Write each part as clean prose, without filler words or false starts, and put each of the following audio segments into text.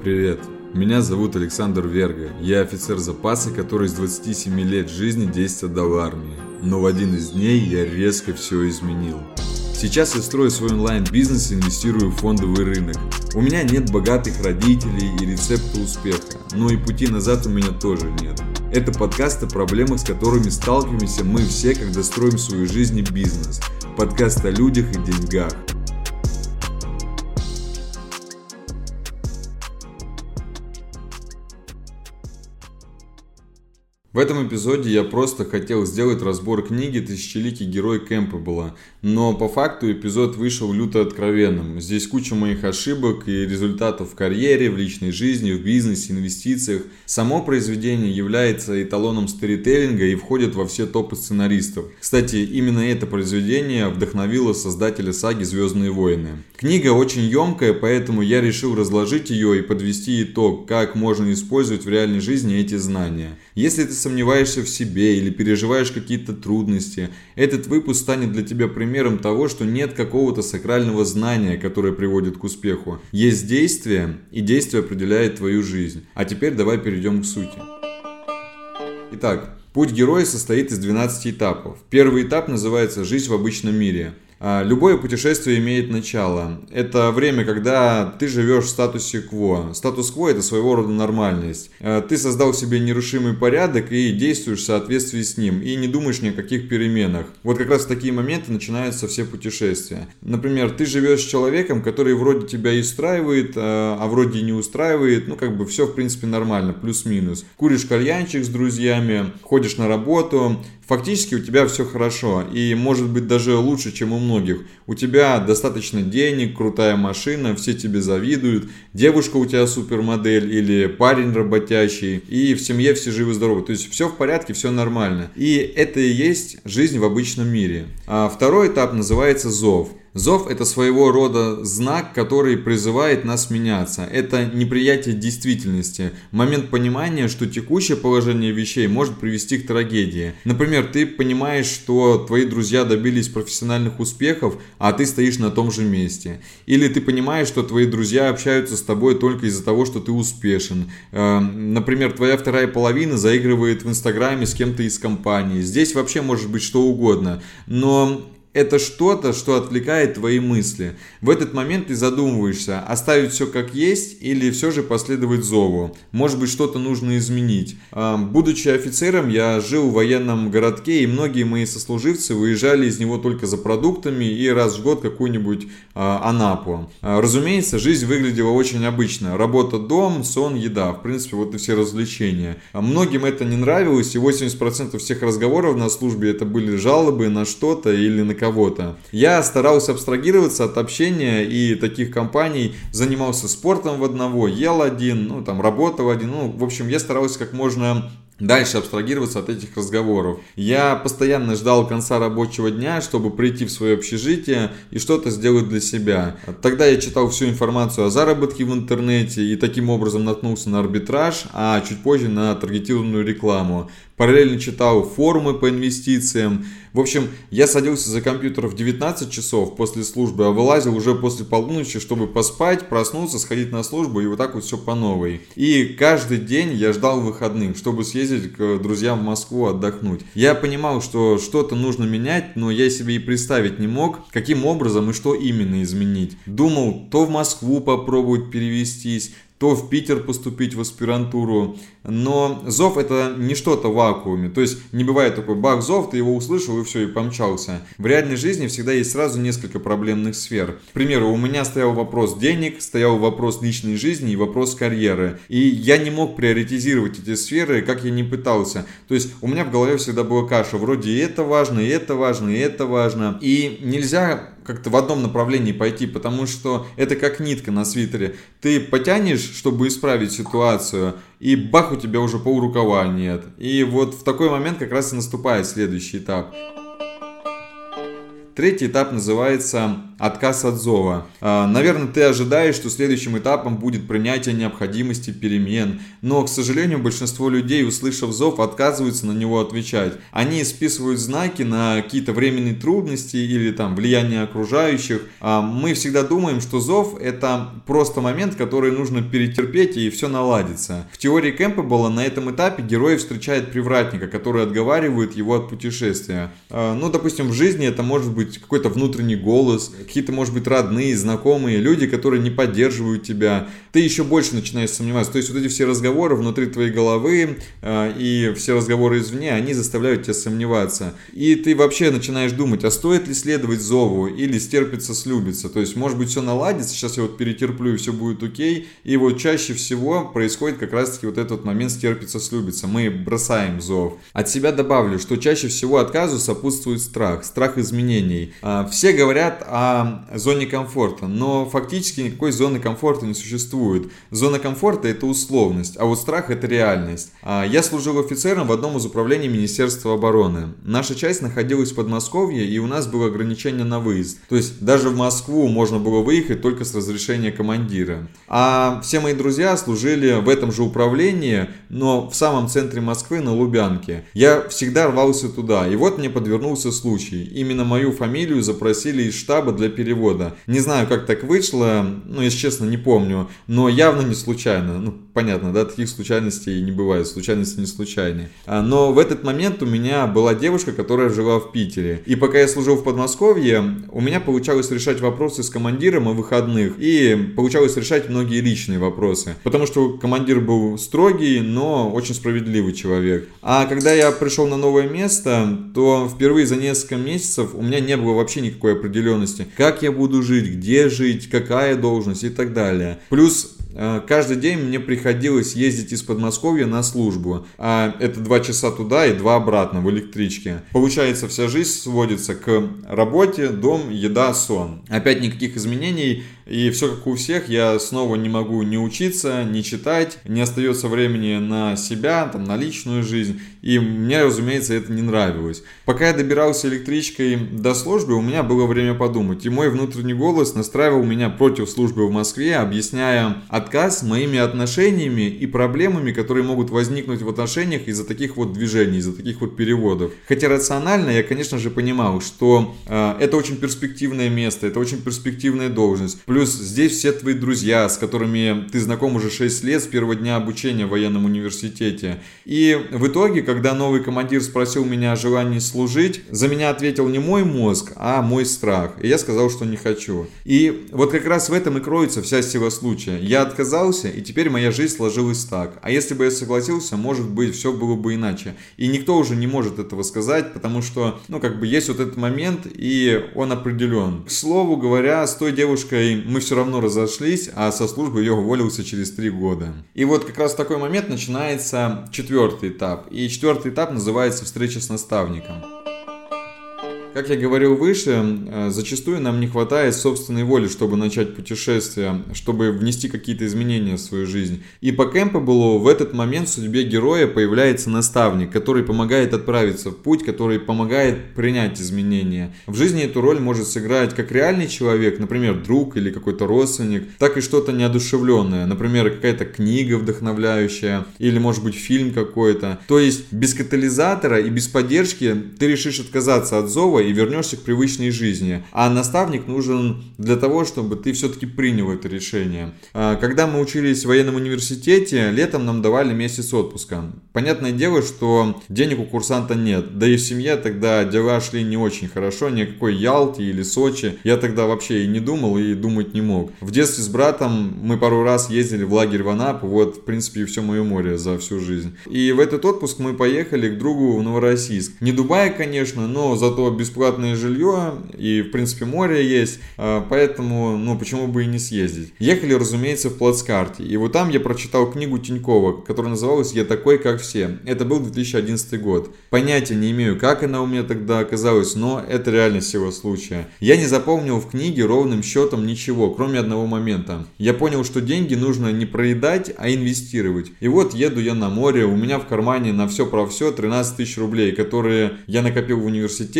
Привет, меня зовут Александр Верга. Я офицер запаса, который с 27 лет жизни 10 отдал армии. Но в один из дней я резко все изменил. Сейчас я строю свой онлайн-бизнес и инвестирую в фондовый рынок. У меня нет богатых родителей и рецепта успеха, но и пути назад у меня тоже нет. Это подкаст о проблемах, с которыми сталкиваемся мы все, когда строим свою жизнь и бизнес. Подкаст о людях и деньгах. В этом эпизоде я просто хотел сделать разбор книги «Тысячеликий герой Кэмпбелла», но по факту эпизод вышел люто откровенным. Здесь куча моих ошибок и результатов в карьере, в личной жизни, в бизнесе, инвестициях. Само произведение является эталоном сторителлинга и входит во все топы сценаристов. Кстати, именно это произведение вдохновило создателя саги «Звездные войны». Книга очень емкая, поэтому я решил разложить ее и подвести итог, как можно использовать в реальной жизни эти знания. Если ты сомневаешься в себе или переживаешь какие-то трудности, этот выпуск станет для тебя примером того, что нет какого-то сакрального знания, которое приводит к успеху. Есть действие, и действие определяет твою жизнь. А теперь давай перейдем к сути. Итак, путь героя состоит из 12 этапов. Первый этап называется «Жизнь в обычном мире». Любое путешествие имеет начало. Это время, когда ты живешь в статусе кво. Статус-кво – это своего рода нормальность. Ты создал себе нерушимый порядок и действуешь в соответствии с ним, и не думаешь ни о каких переменах. Вот как раз в такие моменты начинаются все путешествия. Например, ты живешь с человеком, который вроде тебя и устраивает, а вроде и не устраивает. Все в принципе нормально, плюс-минус. Куришь кальянчик с друзьями, ходишь на работу. Фактически у тебя все хорошо, и может быть даже лучше, чем у многих. У тебя достаточно денег, крутая машина, все тебе завидуют, девушка у тебя супермодель или парень работящий, и в семье все живы-здоровы. То есть все в порядке, все нормально. И это и есть жизнь в обычном мире. А второй этап называется зов. Зов – это своего рода знак, который призывает нас меняться. Это неприятие действительности, момент понимания, что текущее положение вещей может привести к трагедии. Например, ты понимаешь, что твои друзья добились профессиональных успехов, а ты стоишь на том же месте. Или ты понимаешь, что твои друзья общаются с тобой только из-за того, что ты успешен. Например, твоя вторая половина заигрывает в Инстаграме с кем-то из компании. Здесь вообще может быть что угодно, но это что-то, что отвлекает твои мысли. В этот момент ты задумываешься, оставить все как есть или все же последовать зову. Может быть, что-то нужно изменить. Будучи офицером, я жил в военном городке, и многие мои сослуживцы выезжали из него только за продуктами и раз в год какую-нибудь Анапу. Разумеется, жизнь выглядела очень обычно. Работа, дом, сон, еда. В принципе, вот и все развлечения. Многим это не нравилось, и 80% всех разговоров на службе это были жалобы на что-то или на кого-то. Я старался абстрагироваться от общения и таких компаний, занимался спортом в одного, ел один, работал один. В общем, я старался как можно дальше абстрагироваться от этих разговоров. Я постоянно ждал конца рабочего дня, чтобы прийти в свое общежитие и что-то сделать для себя. Тогда я читал всю информацию о заработке в интернете и таким образом наткнулся на арбитраж, а чуть позже на таргетированную рекламу. Параллельно читал форумы по инвестициям. В общем, я садился за компьютер в 19 часов после службы, а вылазил уже после полуночи, чтобы поспать, проснуться, сходить на службу и вот так вот все по новой. И каждый день я ждал выходных, чтобы съездить к друзьям в Москву отдохнуть. Я понимал, что что-то нужно менять, но я себе и представить не мог, каким образом и что именно изменить. Думал, то в Москву попробовать перевестись, то в Питер поступить в аспирантуру. Но зов это не что-то в вакууме. То есть не бывает такой бах, зов, ты его услышал и все, и помчался. В реальной жизни всегда есть сразу несколько проблемных сфер. К примеру, у меня стоял вопрос денег, стоял вопрос личной жизни и вопрос карьеры. И я не мог приоритизировать эти сферы, как я ни пытался. То есть у меня в голове всегда была каша. Вроде и это важно, и это важно, и это важно. И нельзя как-то в одном направлении пойти, потому что это как нитка на свитере. Ты потянешь, чтобы исправить ситуацию, и бах, у тебя уже полрукава нет. И вот в такой момент как раз и наступает следующий этап. Третий этап называется отказ от зова. Наверное, ты ожидаешь, что следующим этапом будет принятие необходимости перемен, но, к сожалению, большинство людей, услышав зов, отказываются на него отвечать. Они списывают знаки на какие-то временные трудности или там влияние окружающих. Мы всегда думаем, что зов — это просто момент, который нужно перетерпеть, и все наладится. В теории Кэмпбелла на этом этапе герой встречает привратника, который отговаривает его от путешествия. Допустим, в жизни это может быть какой-то внутренний голос, какие-то, может быть, родные, знакомые, люди, которые не поддерживают тебя. Ты еще больше начинаешь сомневаться. То есть вот эти все разговоры внутри твоей головы и все разговоры извне, они заставляют тебя сомневаться. И ты вообще начинаешь думать, а стоит ли следовать зову или стерпится, слюбится. То есть, может быть, все наладится, сейчас я вот перетерплю и все будет окей. И вот чаще всего происходит как раз-таки вот этот момент стерпится, слюбится. Мы бросаем зов. От себя добавлю, что чаще всего отказу сопутствует страх изменений. Все говорят о зоне комфорта, но фактически никакой зоны комфорта не существует. Зона комфорта — это условность, а вот страх — это реальность. Я служил офицером в одном из управлений Министерства обороны. Наша часть находилась в Подмосковье, и у нас было ограничение на выезд. То есть даже в Москву можно было выехать только с разрешения командира. А все мои друзья служили в этом же управлении, но в самом центре Москвы, на Лубянке. Я всегда рвался туда, и вот мне подвернулся случай. Именно мою фамилию запросили из штаба для перевода. Не знаю, как так вышло, если честно, не помню, но явно не случайно. Понятно, да, таких случайностей не бывает, случайности не случайны. Но в этот момент у меня была девушка, которая жила в Питере. И пока я служил в Подмосковье, у меня получалось решать вопросы с командиром о выходных. И получалось решать многие личные вопросы. Потому что командир был строгий, но очень справедливый человек. А когда я пришел на новое место, то впервые за несколько месяцев у меня не было вообще никакой определенности. Как я буду жить, где жить, какая должность и так далее. Плюс каждый день мне приходилось ездить из Подмосковья на службу. Это 2 часа туда и 2 обратно в электричке. Получается, вся жизнь сводится к работе, дом, еда, сон. Опять никаких изменений. И все как у всех, я снова не могу ни учиться, ни читать, не остается времени на себя, на личную жизнь. И мне, разумеется, это не нравилось. Пока я добирался электричкой до службы, у меня было время подумать. И мой внутренний голос настраивал меня против службы в Москве, объясняя отказ моими отношениями и проблемами, которые могут возникнуть в отношениях из-за таких вот движений, из-за таких вот переводов. Хотя рационально я, конечно же, понимал, что это очень перспективное место, это очень перспективная должность. Плюс здесь все твои друзья, с которыми ты знаком уже 6 лет с первого дня обучения в военном университете. И в итоге, когда новый командир спросил меня о желании служить, за меня ответил не мой мозг, а мой страх. И я сказал, что не хочу. И вот как раз в этом и кроется вся сила случая. Я отказался, и теперь моя жизнь сложилась так. А если бы я согласился, может быть, все было бы иначе. И никто уже не может этого сказать, потому что, есть вот этот момент, и он определен. К слову говоря, с той девушкой мы все равно разошлись, а со службы я уволился через 3 года. И вот как раз в такой момент начинается 4-й этап. И 4-й этап называется встреча с наставником. Как я говорил выше, зачастую нам не хватает собственной воли, чтобы начать путешествие, чтобы внести какие-то изменения в свою жизнь. И по Кэмпбеллу в этот момент в судьбе героя появляется наставник, который помогает отправиться в путь, который помогает принять изменения. В жизни эту роль может сыграть как реальный человек, например, друг или какой-то родственник, так и что-то неодушевленное, например, какая-то книга вдохновляющая или, может быть, фильм какой-то. То есть без катализатора и без поддержки ты решишь отказаться от зова и вернешься к привычной жизни. А наставник нужен для того, чтобы ты все-таки принял это решение. Когда мы учились в военном университете, летом нам давали месяц отпуска. Понятное дело, что денег у курсанта нет. Да и в семье тогда дела шли не очень хорошо. Ни о какой Ялте или Сочи я тогда вообще и не думал, и думать не мог. В детстве с братом мы пару раз ездили в лагерь в Анапу. Вот, в принципе, и все мое море за всю жизнь. И в этот отпуск мы поехали к другу в Новороссийск. Не Дубай, конечно, но зато бесплатное жилье и, в принципе, море есть, поэтому, почему бы и не съездить. Ехали, разумеется, в Плацкарте, и вот там я прочитал книгу Тинькова, которая называлась «Я такой, как все». Это был 2011 год. Понятия не имею, как она у меня тогда оказалась, но это реально сила случая. Я не запомнил в книге ровным счетом ничего, кроме одного момента. Я понял, что деньги нужно не проедать, а инвестировать. И вот еду я на море, у меня в кармане на все про все 13 тысяч рублей, которые я накопил в университете.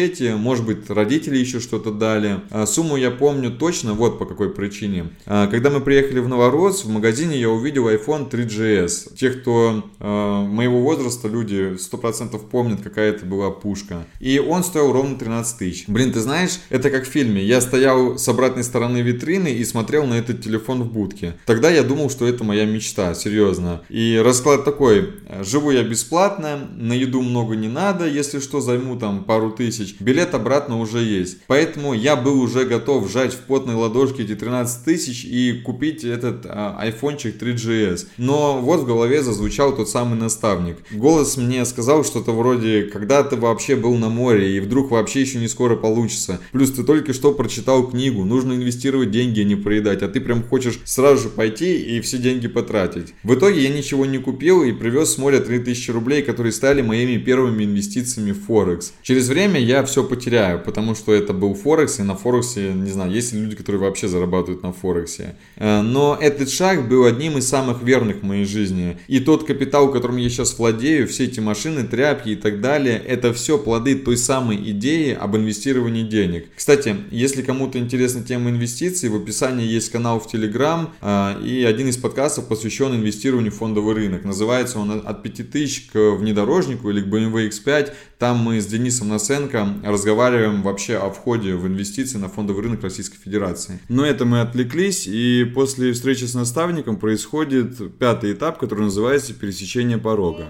может быть, родители еще что-то дали. Сумму я помню точно, вот по какой причине. Когда мы приехали в Новорос, в магазине я увидел iPhone 3GS. Те, кто моего возраста, люди 100% помнят, какая это была пушка. И он стоил ровно 13 тысяч. Блин, ты знаешь, это как в фильме. Я стоял с обратной стороны витрины и смотрел на этот телефон в будке. Тогда я думал, что это моя мечта, серьезно. И расклад такой: живу я бесплатно, на еду много не надо, если что, займу там пару тысяч, билет обратно уже есть. Поэтому я был уже готов сжать в потной ладошке эти 13 тысяч и купить этот айфончик 3GS. Но вот в голове зазвучал тот самый наставник. Голос мне сказал что-то вроде: когда ты вообще был на море и вдруг вообще еще не скоро получится. Плюс ты только что прочитал книгу, нужно инвестировать деньги, а не проедать, а ты прям хочешь сразу же пойти и все деньги потратить. В итоге я ничего не купил и привез с моря 3000 рублей, которые стали моими первыми инвестициями в Форекс. Через время я все потеряю, потому что это был Форекс, и на Форексе, не знаю, есть ли люди, которые вообще зарабатывают на Форексе. Но этот шаг был одним из самых верных в моей жизни. И тот капитал, которым я сейчас владею, все эти машины, тряпки и так далее, это все плоды той самой идеи об инвестировании денег. Кстати, если кому-то интересна тема инвестиций, в описании есть канал в Telegram и один из подкастов посвящен инвестированию в фондовый рынок. Называется он «От 5000 к внедорожнику» или к BMW X5. Там мы с Денисом Насенко разговариваем вообще о входе в инвестиции на фондовый рынок Российской Федерации. Но это мы отвлеклись, и после встречи с наставником происходит 5-й этап, который называется «Пересечение порога».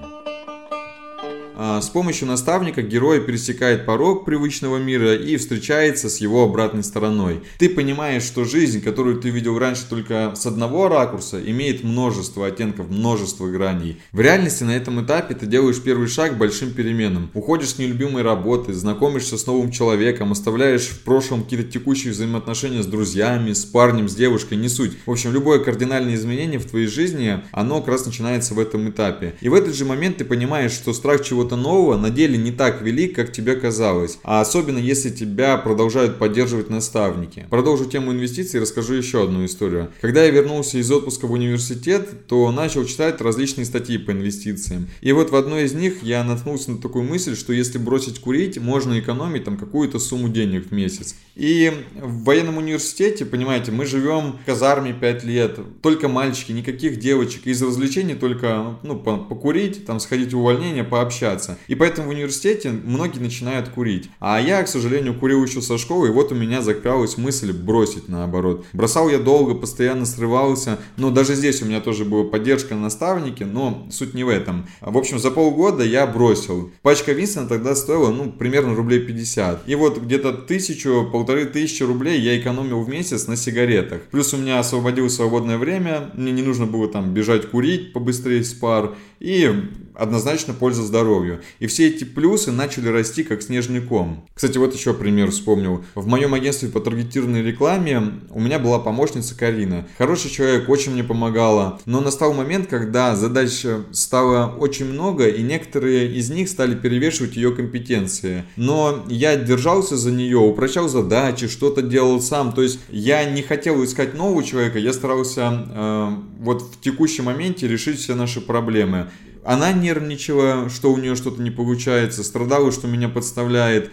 С помощью наставника герой пересекает порог привычного мира и встречается с его обратной стороной. Ты понимаешь, что жизнь, которую ты видел раньше только с одного ракурса, имеет множество оттенков, множество граней. В реальности на этом этапе ты делаешь первый шаг к большим переменам. Уходишь с нелюбимой работы, знакомишься с новым человеком, оставляешь в прошлом какие-то текущие взаимоотношения с друзьями, с парнем, с девушкой, не суть. В общем, любое кардинальное изменение в твоей жизни, оно как раз начинается в этом этапе. И в этот же момент ты понимаешь, что страх чего-то нового на деле не так велик, как тебе казалось. А особенно если тебя продолжают поддерживать наставники. Продолжу тему инвестиций и расскажу еще одну историю. Когда я вернулся из отпуска в университет, то начал читать различные статьи по инвестициям. И вот в одной из них я наткнулся на такую мысль, что если бросить курить, можно экономить там какую-то сумму денег в месяц. И в военном университете, понимаете, мы живем в казарме 5 лет, только мальчики, никаких девочек. Из развлечений только покурить, там сходить в увольнение, пообщаться. И поэтому в университете многие начинают курить. А я, к сожалению, курил еще со школы, и вот у меня закралась мысль бросить наоборот. Бросал я долго, постоянно срывался, но даже здесь у меня тоже была поддержка на наставнике, но суть не в этом. В общем, за полгода я бросил. Пачка Винстона тогда стоила, примерно рублей 50. И вот где-то 1000-1500 рублей я экономил в месяц на сигаретах. Плюс у меня освободилось свободное время, мне не нужно было там бежать курить побыстрее с пар, и однозначно польза здоровью. И все эти плюсы начали расти как снежный ком. Кстати, вот еще пример вспомнил. В моем агентстве по таргетированной рекламе у меня была помощница Карина. Хороший человек, очень мне помогала. Но настал момент, когда задач стало очень много, и некоторые из них стали перевешивать ее компетенции. Но я держался за нее, упрощал задачи, что-то делал сам. То есть я не хотел искать нового человека, я старался вот в текущем моменте решить все наши проблемы. Она нервничала, что у нее что-то не получается, страдала, что меня подставляет.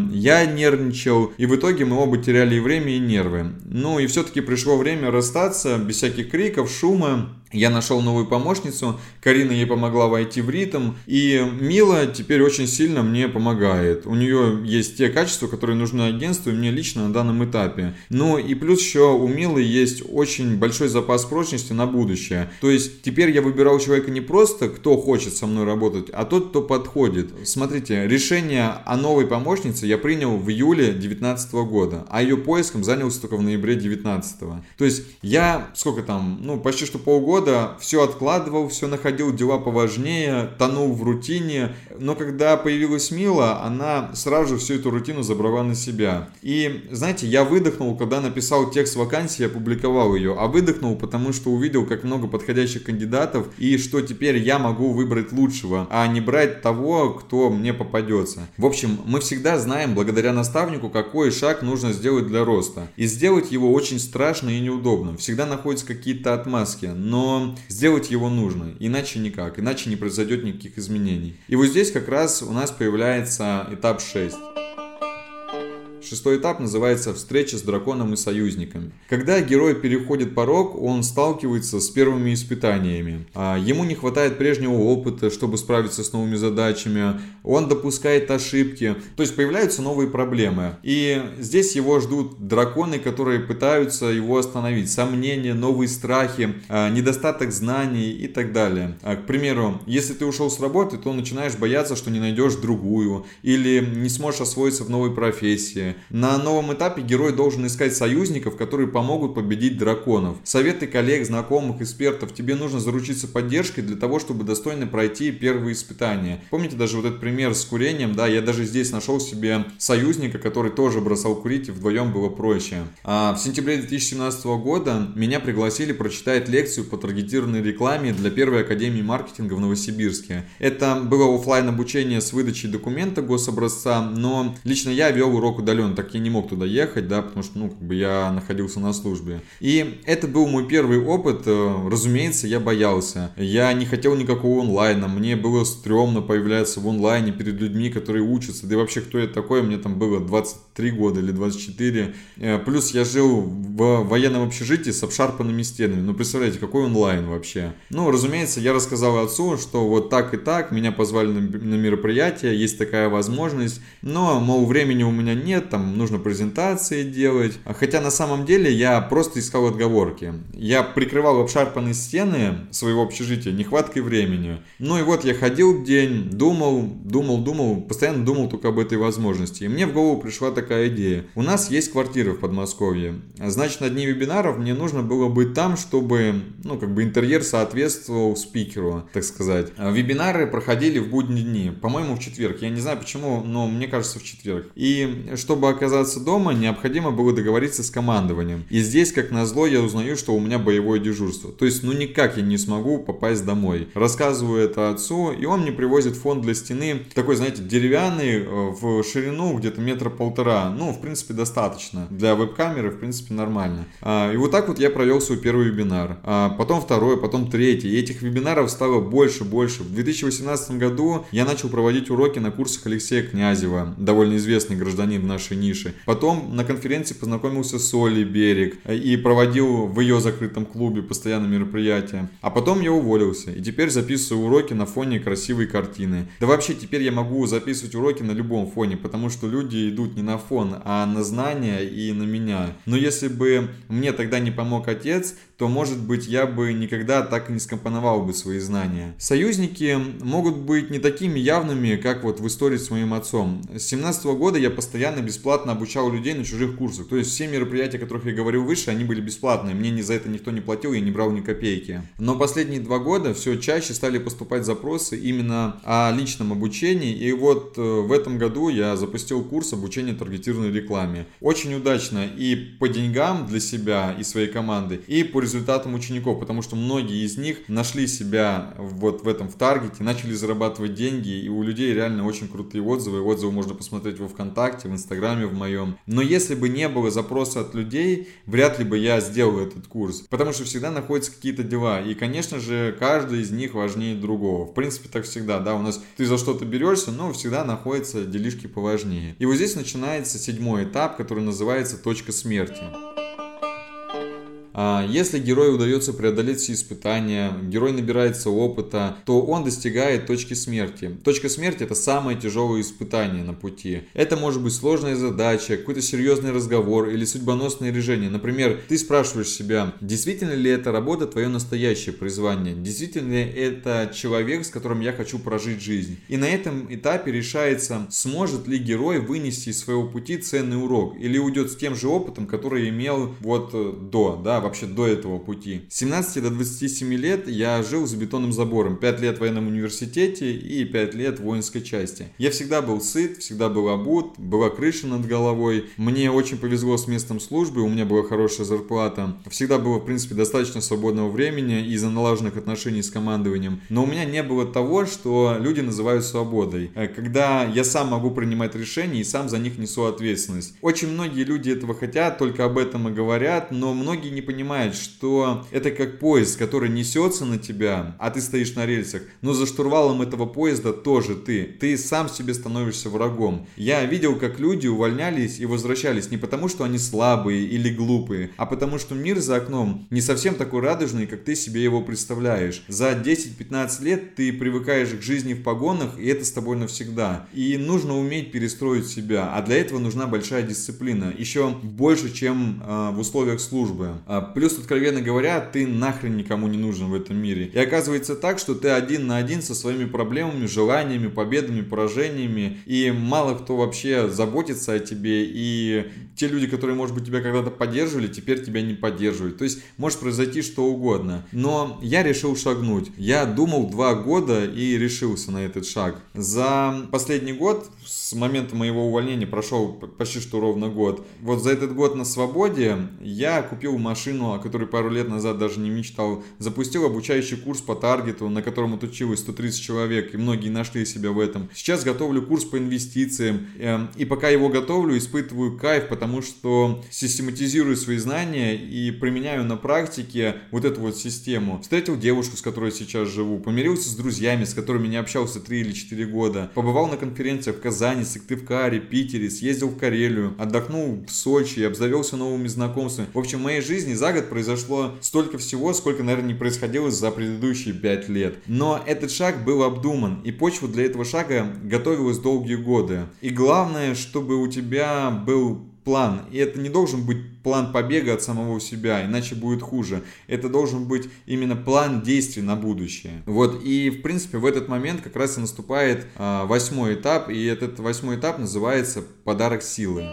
Я нервничал, и в итоге мы оба теряли и время, и нервы. Ну и все-таки пришло время расстаться, без всяких криков, шума. Я нашел новую помощницу, Карина ей помогла войти в ритм, и Мила теперь очень сильно мне помогает. У нее есть те качества, которые нужны агентству и мне лично на данном этапе. Ну и плюс еще у Милы есть очень большой запас прочности на будущее. То есть теперь я выбирал человека не просто, кто хочет со мной работать, а тот, кто подходит. Смотрите, решение о новой помощнице я принял в июле 2019 года, а ее поиском занялся только в ноябре 2019. То есть я, почти что полгода все откладывал, все находил дела поважнее, тонул в рутине, но когда появилась Мила, она сразу же всю эту рутину забрала на себя. И, знаете, я выдохнул, когда написал текст вакансии, я опубликовал ее, а выдохнул, потому что увидел, как много подходящих кандидатов, и что теперь я могу выбрать лучшего, а не брать того, кто мне попадется. В общем, мы всегда знаем, благодаря наставнику, какой шаг нужно сделать для роста. И сделать его очень страшно и неудобно. Всегда находятся какие-то отмазки, но сделать его нужно, иначе никак, иначе не произойдет никаких изменений. И вот здесь как раз у нас появляется этап 6. Шестой этап называется «Встреча с драконом и союзниками». Когда герой переходит порог, он сталкивается с первыми испытаниями. Ему не хватает прежнего опыта, чтобы справиться с новыми задачами. Он допускает ошибки. То есть появляются новые проблемы. И здесь его ждут драконы, которые пытаются его остановить. Сомнения, новые страхи, недостаток знаний и так далее. К примеру, если ты ушел с работы, то начинаешь бояться, что не найдешь другую. Или не сможешь освоиться в новой профессии. На новом этапе герой должен искать союзников, которые помогут победить драконов. Советы коллег, знакомых, экспертов. Тебе нужно заручиться поддержкой для того, чтобы достойно пройти первые испытания. Помните даже вот этот пример с курением? Да, я даже здесь нашел себе союзника, который тоже бросал курить, и вдвоем было проще. В сентябре 2017 года меня пригласили прочитать лекцию по таргетированной рекламе для первой академии маркетинга в Новосибирске. Это было офлайн обучение с выдачей документа гособразца, но лично я вел урок удаленно, так я не мог туда ехать, да, потому что, я находился на службе. И это был мой первый опыт, разумеется, я боялся. Я не хотел никакого онлайна, мне было стрёмно появляться в онлайне перед людьми, которые учатся. Да и вообще, кто я такой, мне там было 23 года или 24. Плюс я жил в военном общежитии с обшарпанными стенами. Представляете, какой онлайн вообще? Разумеется, я рассказал отцу, что вот так и так, меня позвали на мероприятие, есть такая возможность, но, мол, времени у меня нет, там нужно презентации делать. Хотя на самом деле я просто искал отговорки. Я прикрывал обшарпанные стены своего общежития нехваткой времени. И вот я ходил день, думал, постоянно думал только об этой возможности. И мне в голову пришла такая идея. У нас есть квартира в Подмосковье. Значит, на дне вебинаров мне нужно было быть там, чтобы, интерьер соответствовал спикеру, так сказать. Вебинары проходили в будние дни. По-моему, в четверг. Я не знаю почему, но мне кажется, в четверг. И чтобы оказаться дома, необходимо было договориться с командованием. И здесь, как назло, я узнаю, что у меня боевое дежурство. То есть, никак я не смогу попасть домой. Рассказываю это отцу, и он мне привозит фон для стены, такой, знаете, деревянный, в ширину где-то 1,5 метра. В принципе, достаточно. Для веб-камеры, в принципе, нормально. И вот так вот я провел свой первый вебинар. Потом второй, потом третий. И этих вебинаров стало больше. В 2018 году я начал проводить уроки на курсах Алексея Князева, довольно известный гражданин в нашей нише. Потом на конференции познакомился с Олей Берег и проводил в ее закрытом клубе постоянно мероприятия. А потом я уволился и теперь записываю уроки на фоне красивой картины. Да вообще теперь я могу записывать уроки на любом фоне, потому что люди идут не на фон, а на знания и на меня. Но если бы мне тогда не помог отец, то, может быть, я бы никогда так и не скомпоновал бы свои знания. Союзники могут быть не такими явными, как вот в истории с моим отцом. С 2017 года я постоянно бесплатно обучал людей на чужих курсах. То есть все мероприятия, о которых я говорил выше, они были бесплатные. Мне за это никто не платил, я не брал ни копейки. Но последние 2 года все чаще стали поступать запросы именно о личном обучении. И вот в этом году я запустил курс обучения таргетированной рекламе. Очень удачно и по деньгам для себя и своей команды, и по результатам учеников, потому что многие из них нашли себя вот в этом в таргете, начали зарабатывать деньги, и у людей реально очень крутые отзывы. Отзывы можно посмотреть во ВКонтакте, в Инстаграме в моем. Но если бы не было запроса от людей, вряд ли бы я сделал этот курс, потому что всегда находятся какие-то дела, и, конечно же, каждый из них важнее другого. В принципе, так всегда, да, у нас ты за что-то берешься, но всегда находятся делишки поважнее. И вот здесь начинается 7-й этап, который называется «Точка смерти». Если герою удается преодолеть все испытания, герой набирается опыта, то он достигает точки смерти. Точка смерти — это самое тяжелое испытание на пути. Это может быть сложная задача, какой-то серьезный разговор или судьбоносное решение. Например, ты спрашиваешь себя, действительно ли эта работа твое настоящее призвание? Действительно ли это человек, с которым я хочу прожить жизнь? И на этом этапе решается, сможет ли герой вынести из своего пути ценный урок или уйдет с тем же опытом, который имел вообще до этого пути. С 17 до 27 лет я жил за бетонным забором. 5 лет в военном университете и 5 лет в воинской части. Я всегда был сыт, всегда был обут, была крыша над головой. Мне очень повезло с местом службы, у меня была хорошая зарплата. Всегда было, в принципе, достаточно свободного времени из-за налаженных отношений с командованием. Но у меня не было того, что люди называют свободой. Когда я сам могу принимать решения и сам за них несу ответственность. Очень многие люди этого хотят, только об этом и говорят, но многие не понимают, понимает, что это как поезд, который несется на тебя, а ты стоишь на рельсах, но за штурвалом этого поезда тоже ты сам себе становишься врагом. Я видел, как люди увольнялись и возвращались не потому, что они слабые или глупые, а потому, что мир за окном не совсем такой радужный, как ты себе его представляешь. За 10-15 лет ты привыкаешь к жизни в погонах, и это с тобой навсегда. И нужно уметь перестроить себя, а для этого нужна большая дисциплина, еще больше, чем в условиях службы. Плюс, откровенно говоря, ты нахрен никому не нужен в этом мире. И оказывается так, что ты один на один со своими проблемами, желаниями, победами, поражениями, и мало кто вообще заботится о тебе, и те люди, которые, может быть, тебя когда-то поддерживали, теперь тебя не поддерживают. То есть может произойти что угодно. Но я решил шагнуть. Я думал 2 года и решился на этот шаг. За последний год, с момента моего увольнения, прошел почти что ровно год. Вот за этот год на свободе я купил машину, о которой пару лет назад даже не мечтал. Запустил обучающий курс по таргету, на котором отучилось 130 человек, и многие нашли себя в этом. Сейчас готовлю курс по инвестициям. И пока его готовлю, испытываю кайф, потому что систематизирую свои знания и применяю на практике вот эту вот систему. Встретил девушку, с которой сейчас живу, помирился с друзьями, с которыми не общался 3 или 4 года, побывал на конференциях в Казани, Сыктывкаре, Питере, съездил в Карелию, отдохнул в Сочи, обзавелся новыми знакомствами. В общем, в моей жизни за год произошло столько всего, сколько, наверное, не происходило за предыдущие 5 лет. Но этот шаг был обдуман, и почва для этого шага готовилась долгие годы. И главное, чтобы у тебя был план. И это не должен быть план побега от самого себя, иначе будет хуже. Это должен быть именно план действий на будущее. Вот, и в принципе в этот момент как раз и наступает 8-й этап, и этот 8-й этап называется «Подарок силы».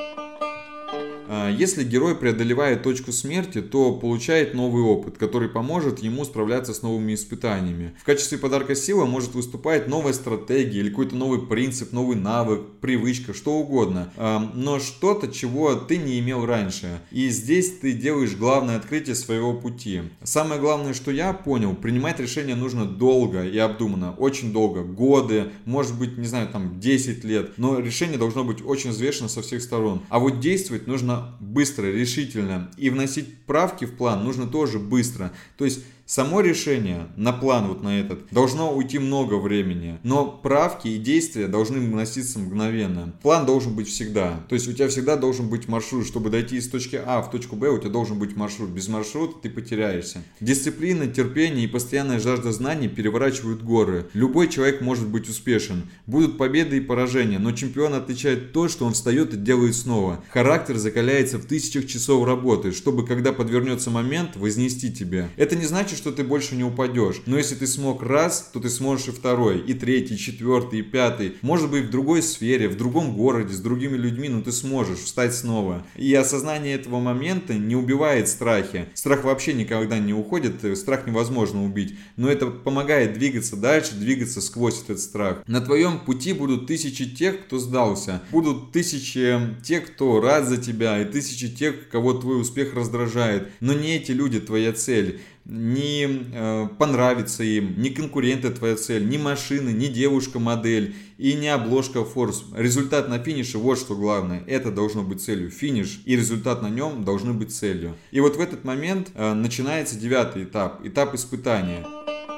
Если герой преодолевает точку смерти, то получает новый опыт, который поможет ему справляться с новыми испытаниями. В качестве подарка силы может выступать новая стратегия или какой-то новый принцип, новый навык, привычка, что угодно. Но что-то, чего ты не имел раньше. И здесь ты делаешь главное открытие своего пути. Самое главное, что я понял, принимать решение нужно долго и обдуманно, очень долго, годы, может быть, не знаю, там 10 лет, но решение должно быть очень взвешено со всех сторон. А вот действовать нужно быстро, решительно. И вносить правки в план нужно тоже быстро. То есть само решение на план вот на этот должно уйти много времени, но правки и действия должны вноситься мгновенно. План должен быть всегда, то есть у тебя всегда должен быть маршрут, чтобы дойти из точки А в точку Б, у тебя должен быть маршрут. Без маршрута ты потеряешься. Дисциплина, терпение и постоянная жажда знаний переворачивают горы. Любой человек может быть успешен. Будут победы и поражения, но чемпион отличает то, что он встает и делает снова. Характер закаляется в тысячах часов работы, чтобы, когда подвернется момент, вознести тебя. Это не значит, что ты больше не упадешь. Но если ты смог раз, то ты сможешь и второй, и третий, и четвертый, и пятый. Может быть, в другой сфере, в другом городе, с другими людьми, но ты сможешь встать снова. И осознание этого момента не убивает страхи. Страх вообще никогда не уходит, страх невозможно убить. Но это помогает двигаться дальше, двигаться сквозь этот страх. На твоем пути будут тысячи тех, кто сдался. Будут тысячи тех, кто рад за тебя, и тысячи тех, кого твой успех раздражает. Но не эти люди твоя цель. Не понравится им, не конкуренты твоя цель, ни машины, ни девушка-модель и не обложка Forbes. Результат на финише, вот что главное. Это должно быть целью. Финиш и результат на нем должны быть целью. И вот в этот момент начинается 9-й этап, этап испытания.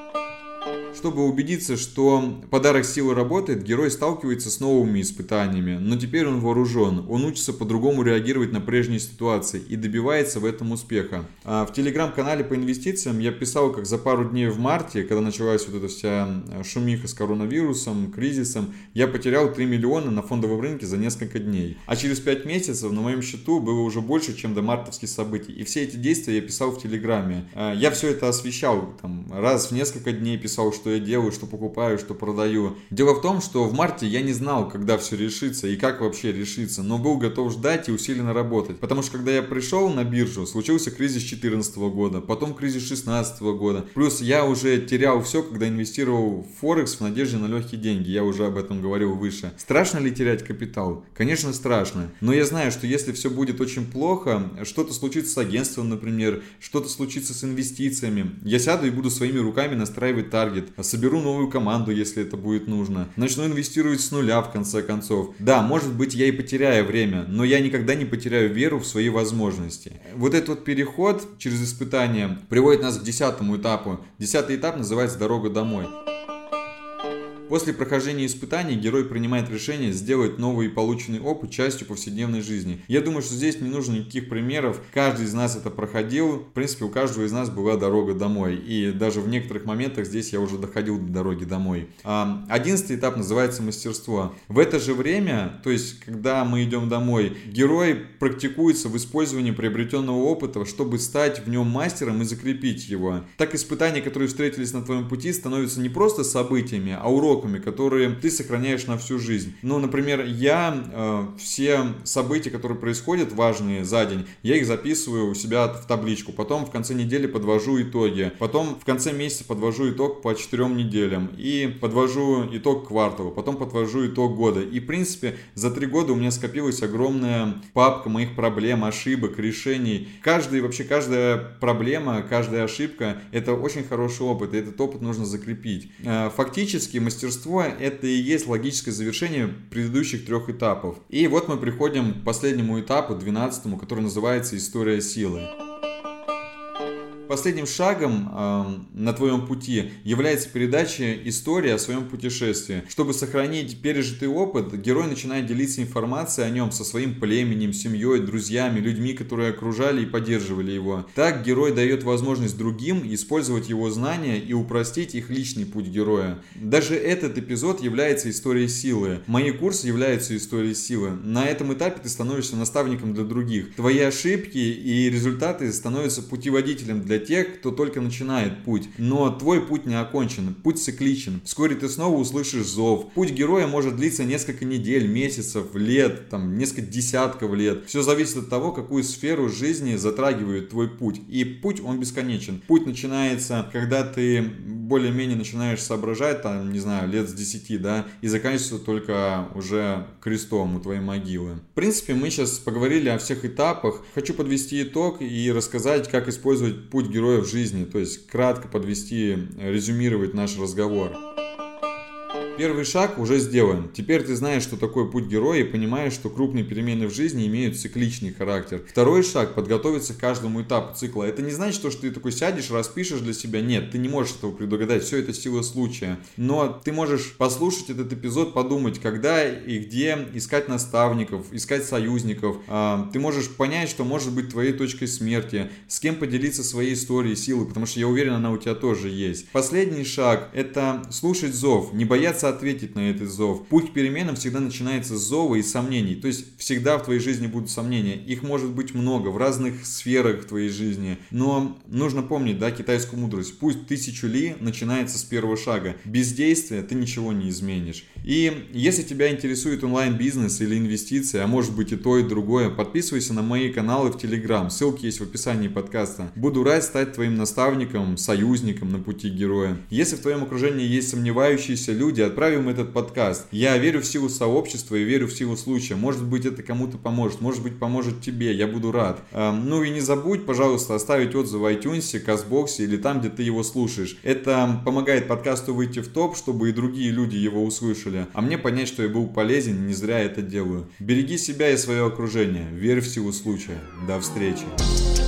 Чтобы убедиться, что подарок силы работает, герой сталкивается с новыми испытаниями, но теперь он вооружен, он учится по-другому реагировать на прежние ситуации и добивается в этом успеха. В телеграм-канале по инвестициям я писал, как за пару дней в марте, когда началась вот эта вся шумиха с коронавирусом, кризисом, я потерял 3 миллиона на фондовом рынке за несколько дней. А через 5 месяцев на моем счету было уже больше, чем до мартовских событий. И все эти действия я писал в телеграме. Я все это освещал, раз в несколько дней писал, что я делаю, что покупаю, что продаю. Дело в том, что в марте я не знал, когда все решится и как вообще решится, но был готов ждать и усиленно работать. Потому что когда я пришел на биржу, случился кризис 2014 года, потом кризис 2016 года. Плюс я уже терял все, когда инвестировал в Форекс в надежде на легкие деньги. Я уже об этом говорил выше. Страшно ли терять капитал? Конечно, страшно. Но я знаю, что если все будет очень плохо, что-то случится с агентством, например, что-то случится с инвестициями, я сяду и буду своими руками настраивать таргет. соберу новую команду, если это будет нужно, начну инвестировать с нуля в конце концов. Да, может быть, я и потеряю время, но я никогда не потеряю веру в свои возможности. Вот этот вот переход через испытания приводит нас к 10-му этапу. 10-й этап называется «Дорога домой». После прохождения испытаний герой принимает решение сделать новый полученный опыт частью повседневной жизни. Я думаю, что здесь не нужно никаких примеров. Каждый из нас это проходил. В принципе, у каждого из нас была дорога домой. И даже в некоторых моментах здесь я уже доходил до дороги домой. 11-й этап называется мастерство. В это же время, то есть когда мы идем домой, герой практикуется в использовании приобретенного опыта, чтобы стать в нем мастером и закрепить его. Так испытания, которые встретились на твоем пути, становятся не просто событиями, а уроками, которые ты сохраняешь на всю жизнь. Ну, например, я все события, которые происходят, важные за день, я их записываю у себя в табличку. Потом в конце недели подвожу итоги. Потом в конце месяца подвожу итог по 4 неделям. И подвожу итог квартала. Потом подвожу итог года. И, в принципе, за 3 года у меня скопилась огромная папка моих проблем, ошибок, решений. Каждая проблема, каждая ошибка – это очень хороший опыт. И этот опыт нужно закрепить. Фактически, мастерство – это и есть логическое завершение предыдущих 3 этапов. И вот мы приходим к последнему этапу, 12-му, который называется «История силы». Последним шагом на твоем пути является передача истории о своем путешествии. Чтобы сохранить пережитый опыт, герой начинает делиться информацией о нем со своим племенем, семьей, друзьями, людьми, которые окружали и поддерживали его. Так герой дает возможность другим использовать его знания и упростить их личный путь героя. Даже этот эпизод является историей силы. Мои курсы являются историей силы. На этом этапе ты становишься наставником для других. Твои ошибки и результаты становятся путеводителем для тех, кто только начинает путь. Но твой путь не окончен, путь цикличен. Вскоре ты снова услышишь зов. Путь героя может длиться несколько недель, месяцев, лет, несколько десятков лет. Все зависит от того, какую сферу жизни затрагивает твой путь. И путь, он бесконечен. Путь начинается, когда ты более-менее начинаешь соображать, лет с 10, и заканчивается только уже крестом у твоей могилы. В принципе, мы сейчас поговорили о всех этапах. Хочу подвести итог и рассказать, как использовать путь героя в жизни, то есть кратко резюмировать наш разговор. Первый шаг уже сделан. Теперь ты знаешь, что такое путь героя, и понимаешь, что крупные перемены в жизни имеют цикличный характер. Второй шаг – подготовиться к каждому этапу цикла. Это не значит, что ты такой сядешь, распишешь для себя. Нет, ты не можешь этого предугадать. Все это сила случая. Но ты можешь послушать этот эпизод, подумать, когда и где искать наставников, искать союзников. Ты можешь понять, что может быть твоей точкой смерти, с кем поделиться своей историей, силой, потому что я уверен, она у тебя тоже есть. Последний шаг – это слушать зов, не бояться ответить на этот зов. Путь к переменам всегда начинается с зова и сомнений. То есть всегда в твоей жизни будут сомнения. Их может быть много в разных сферах твоей жизни. Но нужно помнить, китайскую мудрость. Путь 1000 ли начинается с первого шага. Без действия ты ничего не изменишь. И если тебя интересует онлайн-бизнес или инвестиции, а может быть и то, и другое, подписывайся на мои каналы в Telegram. Ссылки есть в описании подкаста. Буду рад стать твоим наставником, союзником на пути героя. Если в твоем окружении есть сомневающиеся люди, отправим этот подкаст. Я верю в силу сообщества и верю в силу случая. Может быть, это кому-то поможет. Может быть, поможет тебе. Я буду рад. И не забудь, пожалуйста, оставить отзыв в iTunes, Казбоксе или там, где ты его слушаешь. Это помогает подкасту выйти в топ, чтобы и другие люди его услышали. А мне понять, что я был полезен, не зря это делаю. Береги себя и свое окружение. Верь в силу случая. До встречи.